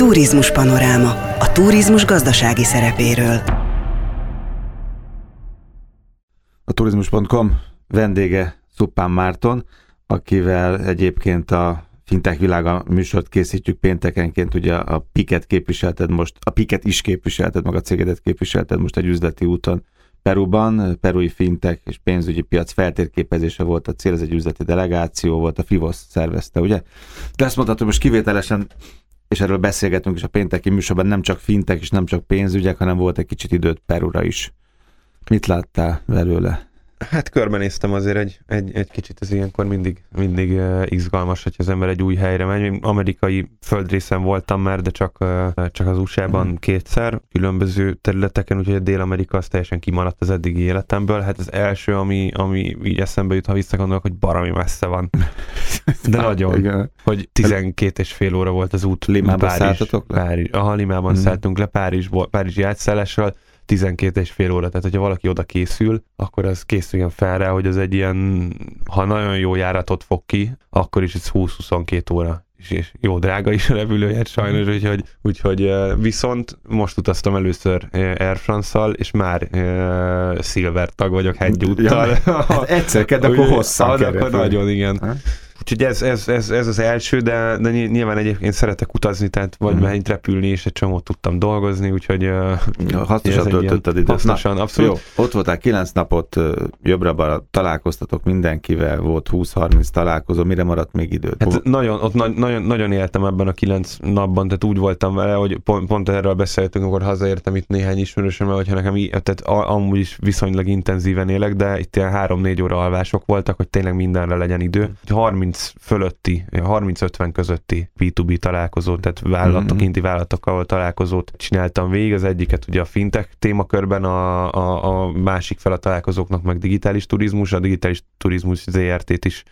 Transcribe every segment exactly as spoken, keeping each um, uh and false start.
Turizmus panoráma. A turizmus gazdasági szerepéről. A turizmus pont com vendége Szuppán Márton, akivel egyébként a Fintech Világa műsort készítjük péntekenként, ugye a Piket képviselted most, a Piket is képviselted, meg a cégedet képviselted most egy üzleti úton Peruban, perui fintech és pénzügyi piac feltérképezése volt a cél, ez egy üzleti delegáció volt, a Fivosz szervezte, ugye? De ezt mondhatod, most kivételesen, és erről beszélgetünk is a pénteki műsorban, nem csak fintech és nem csak pénzügyek, hanem volt egy kicsit időt Perura is. Mit láttál belőle? Hát körbenéztem azért egy, egy, egy kicsit, ez ilyenkor mindig, mindig uh, izgalmas, hogy az ember egy új helyre megy. Én amerikai földrészen voltam már, de csak, uh, csak az u es á-ban mm. kétszer, különböző területeken, úgyhogy a Dél-Amerika az teljesen kimaradt az eddigi életemből. Hát az első, ami, ami így eszembe jut, ha visszagondolok, hogy baromi messze van. De nagyon, igen. Hogy tizenkét és fél óra volt az út. Limában szálltatok le? Párizs, aha, Limában mm. szálltunk le, Párizsból, Párizsi átszállással, tizenkét és fél óra, tehát hogyha valaki oda készül, akkor az készüljön fel rá, hogy az egy ilyen, ha nagyon jó járatot fog ki, akkor is ez húsz-huszonkét óra. És, és jó drága is a repülőjegy sajnos, úgyhogy, úgyhogy viszont most utaztam először Air France-szal, és már uh, Silver tag vagyok hegyúttal. Ja, hát egyszer kell, de akkor hosszan kell. Akkor nagyon, igen. Ha? Úgyhogy ez, ez, ez, ez az első, de, de nyilván egyébként szeretek utazni, tehát vagy hmm. mennyit repülni, és egy csomót tudtam dolgozni, úgyhogy... Ja, hasznosan töltötted időt. Hasznosan, Na, abszolút. Jó, ott voltál kilenc napot, jobbra-balra találkoztatok mindenkivel, volt húsz-harminc találkozó, mire maradt még időt? Hát nagyon, ott na, nagyon, nagyon éltem ebben a kilenc napban, tehát úgy voltam vele, hogy pont, pont erről beszéltünk, amikor hazaértem itt néhány ismerősömmel, hogyha nekem így, tehát amúgy is viszonylag intenzíven élek, de itt ilyen három-négy óra alvások voltak, hogy tényleg mindenre legyen idő. harminc fölötti, harminc-ötven közötti bé kettő bé találkozót, tehát vállalatok, mm-hmm. inti vállalatokkal találkozót csináltam végig, az egyiket ugye a fintech témakörben, a, a, a másik fel a találkozóknak meg digitális turizmus, a digitális turizmus zé er té-t is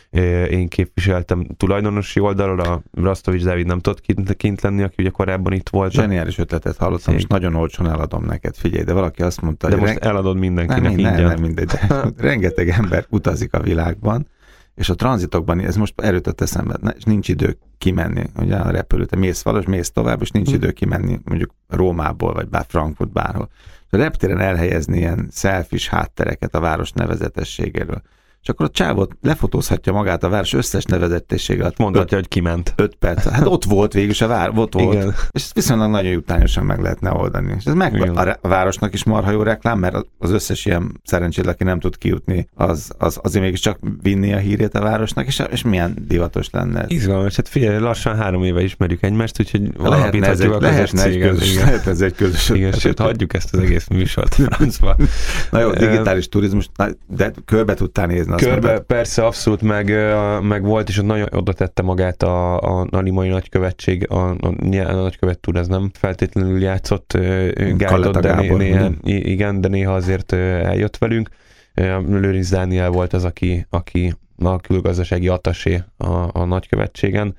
én képviseltem tulajdonosi oldalról, a Rastovics Dávid nem tudott kint, kint lenni, aki ugye korábban itt volt. Zseniális ötletet hallottam, és nagyon olcsón eladom neked, figyelj, de valaki azt mondta, de hogy... most reng... eladod mindenkinek nem, ingyen. Nem, nem mindegy, de rengeteg ember utazik a világban, és a tranzitokban, ez most erőtött eszembe, és nincs idő kimenni, ugye a repülő, te mész valahogy, mész tovább, és nincs idő kimenni mondjuk Rómából, vagy bár Frankfurt, bárhol. A reptéren elhelyezni ilyen selfies háttereket a város nevezetességéről. És akkor a csávot lefotózhatja magát a város összes nevezetességgel. Mondhatja, hogy kiment. öt perc. Hát ott volt végül, a vár, ott volt. Igen. És ezt viszonylag nagyon jutányosan meg lehetne oldani. És ez meg a, a városnak is marha jó reklám, mert az összes ilyen szerencsétlen, aki nem tud kijutni, az, az azért mégiscsak vinni a hírét a városnak, és, és milyen divatos lenne. Izgalmas, hát figyelj, lassan három éve ismerjük egymást, úgyhogy lehetne ez egy, a lehetne egy közös. Lehet ez egy közös. Igen, sőt, hagyjuk ezt az egész műsort francba. Na jó, digitális turizmus, de körbe tudtál nézni. Körbe, persze, abszolút meg, meg volt, és nagyon oda tette magát a, a, a limai nagykövetség, a, a, a nagykövet úr, ez nem feltétlenül játszott gájdot, de né, néha, igen, de néha azért eljött velünk. Lőrinc Dániel volt az, aki, aki a külgazdasági attasé a, a nagykövetségen,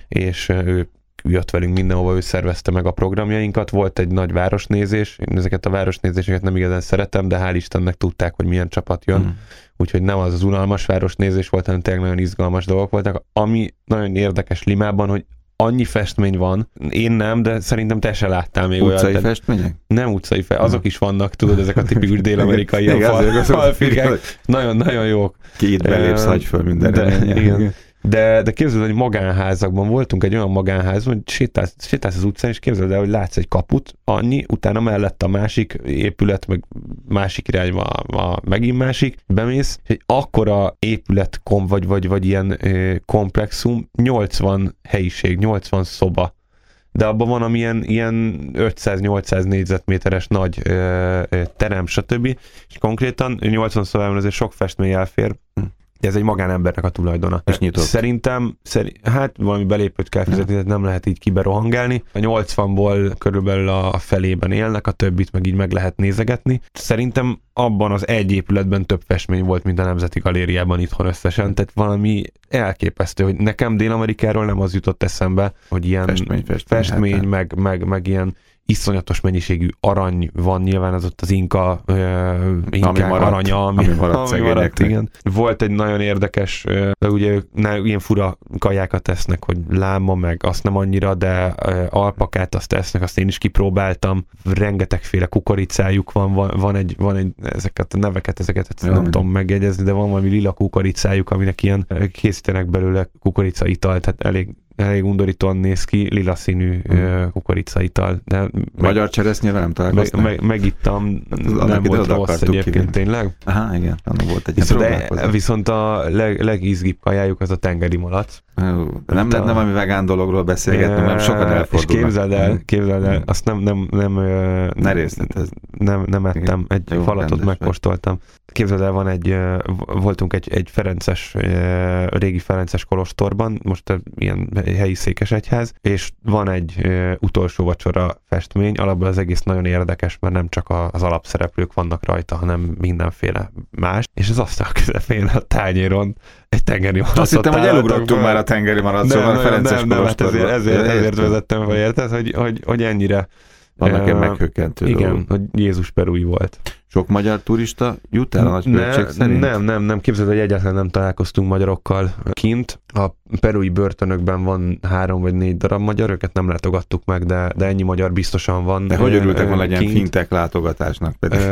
és ő jött velünk mindenhova, ő szervezte meg a programjainkat, volt egy nagy városnézés, én ezeket a városnézéseket nem igazán szeretem, de hál' Istennek tudták, hogy milyen csapat jön, mm. úgyhogy nem az az unalmas városnézés volt, hanem tényleg nagyon izgalmas dolgok voltak. Ami nagyon érdekes Limában, hogy annyi festmény van, én nem, de szerintem te se láttál még utcai olyan. Utcai festmények? Nem utcai festmények, azok is vannak, tudod, ezek a tipikus dél-amerikai falfirkák, nagyon-nagyon jók. Ki itt belépsz, hagyj föl mindenre. De, de képzeld, hogy magánházakban voltunk, egy olyan magánházban, hogy sétálsz, sétálsz az utcán, és képzeld el, hogy látsz egy kaput, annyi, utána mellett a másik épület, meg másik irányba a, a megint másik, bemész, és egy akkora épület kom, vagy, vagy, vagy ilyen ö, komplexum, nyolcvan helyiség, nyolcvan szoba, de abban van amilyen ilyen ötszáz-nyolcszáz négyzetméteres nagy ö, ö, terem, stb. És konkrétan nyolcvan szobában azért sok festmény elfér, ez egy magánembernek a tulajdona. És nyitott. Szerintem, szeri, hát valami belépőt kell fizetni, tehát nem lehet így kiberohangálni. A nyolcvanból körülbelül a felében élnek, a többit meg így meg lehet nézegetni. Szerintem abban az egy épületben több festmény volt, mint a Nemzeti Galériában itthon összesen, tehát valami elképesztő, hogy nekem Dél-Amerikáról nem az jutott eszembe, hogy ilyen festmény, festmény, festmény meg, meg, meg ilyen iszonyatos mennyiségű arany van, nyilván az ott az inka, uh, inka ami aranya, ami, ami maradt, ami maradt igen. Volt egy nagyon érdekes, uh, ugye ők ne, ilyen fura kajákat tesznek, hogy láma, meg azt nem annyira, de uh, alpakát azt tesznek, azt én is kipróbáltam, rengetegféle kukoricájuk van, van, van, egy, van egy, ezeket a neveket, ezeket ja, nem tudom megjegyezni, de van valami lila kukoricájuk, aminek ilyen készítenek belőle kukoricaital, tehát elég elég undorítóan néz ki, lila színű hmm. kukoricaital. De magyar meg, cseresznyével nem találkoztam? Meg, meg, megittam, hát, nem volt rossz egyébként tényleg. Aha, igen, volt egy viszont, de, viszont a leg, legizgibb kajájuk az a tengeri malac. Nem lenne valami vegán dologról beszélgetni, mert sokan elfordulnak. És képzeld el, képzeld el, azt nem, nem, nem, ne részletez. Nem, nem ettem, egy jó, falatot megkóstoltam. Képzeld el, van egy, voltunk egy, egy ferences, régi ferences kolostorban, most ilyen helyi székesegyház, és van egy utolsó vacsora festmény, alapból az egész nagyon érdekes, mert nem csak az alapszereplők vannak rajta, hanem mindenféle más, és az asztal közepén a tányéron egy tengeri malacot. Azt hittem, hogy elugrottunk már a tengeri malacot, a ferences nem, nem, hát ezért, ezért, ezért vezettem fel, érted, hogy, hogy, hogy ennyire vannak egy meghökkentő igen, dolgok. hogy Jézus Perui volt. Sok magyar turista jut el a nagykövetség ne, szerint? Nem, nem, nem. Képzeld, hogy egyáltalán nem találkoztunk magyarokkal kint. A perui börtönökben van három vagy négy darab magyar, őket nem látogattuk meg, de, de ennyi magyar biztosan van. De hogy örültek volna legyen fintek látogatásnak?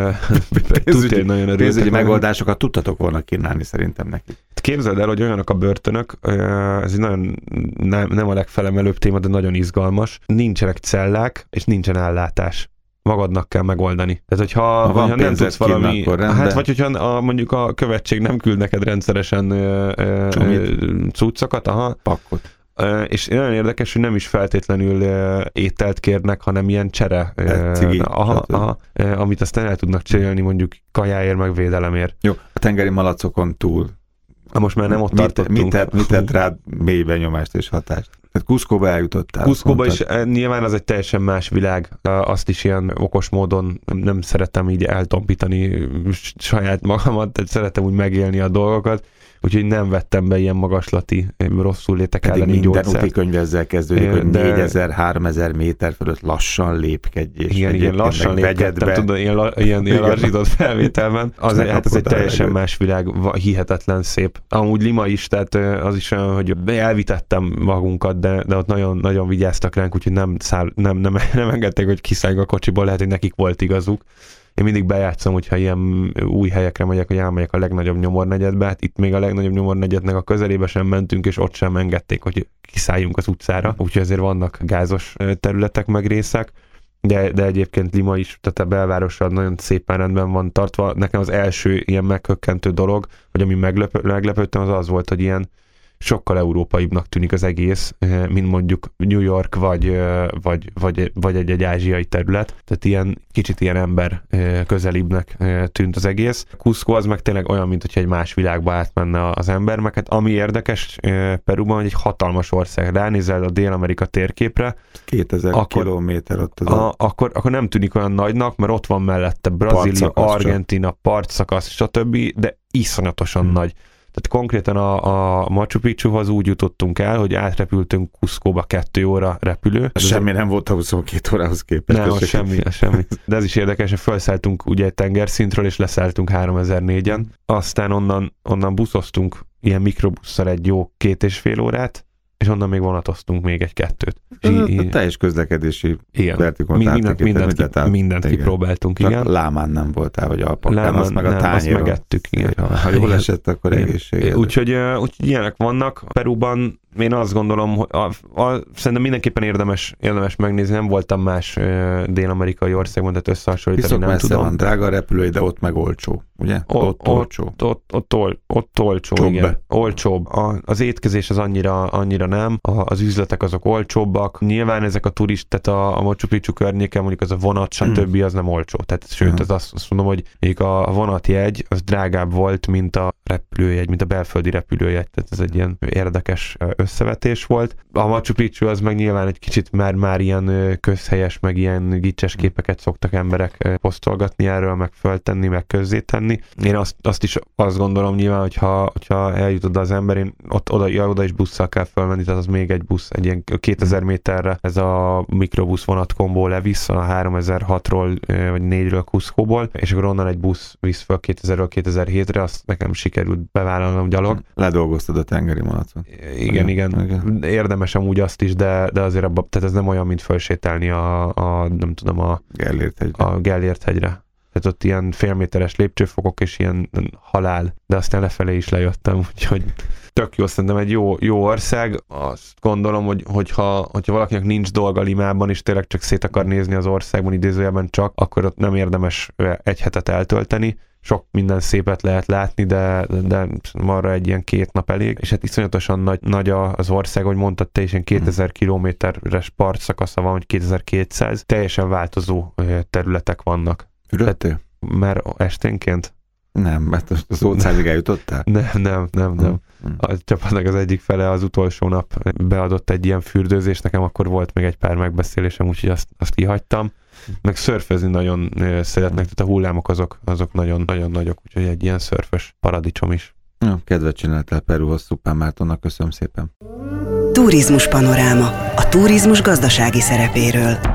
Pénzügyi megoldásokat tudtatok volna kínálni szerintem neki. Képzeld el, hogy olyanok a börtönök, ez egy nagyon nem, nem a legfelemelőbb téma, de nagyon izgalmas. Nincsenek cellák, és nincsen ellátás. Magadnak kell megoldani. Tehát, hogyha, ha hogyha nem tudsz valami... Akkor hát, vagy hogyha a, mondjuk a követség nem küld neked rendszeresen ö, ö, cuccokat, aha. Pakkot. Ö, és nagyon érdekes, hogy nem is feltétlenül ö, ételt kérnek, hanem ilyen csere. Ö, cigi, aha, aha, ö, amit aztán el tudnak cserélni mondjuk kajáért, meg védelemért. Jó, a tengeri malacokon túl. Ha most már nem ott mit, tartottunk. Mit tett, mit tett rád mély benyomást és hatást? Tehát Cuscóba eljutottál. Cuscóba is nyilván az egy teljesen más világ. Azt is ilyen okos módon nem szeretem így eltompítani saját magamat, tehát szeretem úgy megélni a dolgokat. Úgyhogy nem vettem be ilyen magaslati rosszul létek elleni gyógyszert. Minden úti könyv ezzel kezdődik, hogy de... négyezer-háromezer méter fölött lassan lépkedj. És igen, igen, lassan lépkedtem, tudod, ilyen, la, ilyen, ilyen lassított felvételben. Az, hát ez egy teljesen más világ, hihetetlen szép. Amúgy Lima is, tehát az is olyan, hogy elvitettem magunkat, de, de ott nagyon, nagyon vigyáztak ránk, úgyhogy nem, száll, nem, nem, nem engedték, hogy kiszálljunk a kocsiból, lehet, hogy nekik volt igazuk. Én mindig bejátszom, hogyha ilyen új helyekre megyek, hogy elmegyek a legnagyobb nyomornegyedbe. Hát itt még a legnagyobb nyomornegyednek a közelébe sem mentünk, és ott sem engedték, hogy kiszálljunk az utcára. Úgyhogy azért vannak gázos területek meg részek, de, de egyébként Lima is, tehát a belvárosa nagyon szépen rendben van tartva. Nekem az első ilyen meghökkentő dolog, hogy ami meglep- meglepődtem, az az volt, hogy ilyen sokkal európaibbnak tűnik az egész, mint mondjuk New York, vagy, vagy, vagy, vagy egy, egy ázsiai terület. Tehát ilyen kicsit ilyen ember közelibbnek tűnt az egész. Cusco az meg tényleg olyan, mint hogyha egy más világba átmenne az ember, meg hát ami érdekes Peruban, hogy egy hatalmas ország. Ránézel a Dél-Amerika térképre, kétezer kilométer ott az a, a... Akkor, akkor nem tűnik olyan nagynak, mert ott van mellette Brazília, Argentína, partszakasz, stb., de iszonyatosan hmm. nagy. Tehát konkrétan a, a Machu Picchuhoz úgy jutottunk el, hogy átrepültünk Cuscóba kettő óra repülő. Semmi nem volt a huszonkét órához képest. Nem, semmi, semmi. De ez is érdekes, hogy felszálltunk ugye egy tengerszintről, és leszálltunk háromezer-négyen. Aztán onnan, onnan buszoztunk ilyen mikrobusszal egy jó két és fél órát, és onnan még vonatoztunk még egy-kettőt. A teljes közlekedési vertikont mindent, mindent, ki, mindent kipróbáltunk, igen. Csak Lámán nem voltál, vagy Alpakán, azt meg a tányéron. Azt megettük, igen. Ha, ha jól esett, akkor egészséges. Úgyhogy, úgyhogy ilyenek vannak. Peruban én azt gondolom, hogy a, a, szerintem mindenképpen érdemes, érdemes megnézni. Nem voltam más uh, dél-amerikai országban, tehát összehasonlítani Viszont nem tudom. Van drága a repülő, de ott meg olcsó, ugye? O, ott olcsó. Ott, ott, ott, ott, ott olcsó, Csobbe. Igen. Olcsóbb. A, az étkezés az annyira, annyira nem. A, az üzletek azok olcsóbbak. Nyilván ezek a turist, tehát a, a Machu Picchu környéken, mondjuk az a vonat, stb. Az nem olcsó. Tehát sőt, az azt, azt mondom, hogy mondjuk a vonatjegy az drágább volt, mint a repülőjegy, mint a belföldi repülőjegy. Tehát ez egy ilyen érdekes összevetés volt. A Machu Picchu az meg nyilván egy kicsit már, már ilyen közhelyes, meg ilyen gicses képeket szoktak emberek posztolgatni erről, meg föltenni, meg közzétenni. Én azt, azt is azt gondolom nyilván, hogyha, hogyha eljut oda az ember, én ott, oda, ja, oda is busszal kell fölmenni, tehát az még egy busz, egy ilyen kétezer méterre ez a mikrobusz vonat kombó levisz a háromezer-hatról vagy négyről Cuscóból, és akkor onnan egy busz visz föl kétezerről kétezer-hétre, azt nekem sikerült bevállalnom gyalog. Ledolgoztad a tengeri malaton. Igen, igen, igen. Érdemes amúgy azt is, de, de azért abba, tehát ez nem olyan, mint fölsétálni a, a nem tudom, a Gellért hegyre. A Gellért hegyre. Tehát ott ilyen félméteres lépcsőfokok és ilyen halál, de aztán lefelé is lejöttem, úgyhogy tök jó, szerintem egy jó, jó ország. Azt gondolom, hogy, hogyha, hogyha valakinek nincs dolga Limában, és tényleg csak szét akar nézni az országban, idézőjelben csak, akkor ott nem érdemes egy hetet eltölteni. Sok minden szépet lehet látni, de, de arra egy ilyen két nap elég. És hát iszonyatosan nagy, nagy az ország, hogy mondtad te is, ilyen kétezer kilométeres partszakasza van, vagy kétezer-kétszáz. Teljesen változó területek vannak. Fürödtél? Mert esténként? Nem, mert az óceánig eljutottál? Nem, nem, nem, nem. A csapatnak az egyik fele az utolsó nap beadott egy ilyen fürdőzést, nekem akkor volt még egy pár megbeszélésem, úgyhogy azt, azt kihagytam. Meg szörfözni nagyon szeretnek, tehát a hullámok azok, azok nagyon-nagyon nagyok, úgyhogy egy ilyen szörfös paradicsom is. Ja, kedvet csináltál Peruhoz, Szupán Mártonnak, köszönöm szépen. Turizmus panoráma. A turizmus gazdasági szerepéről.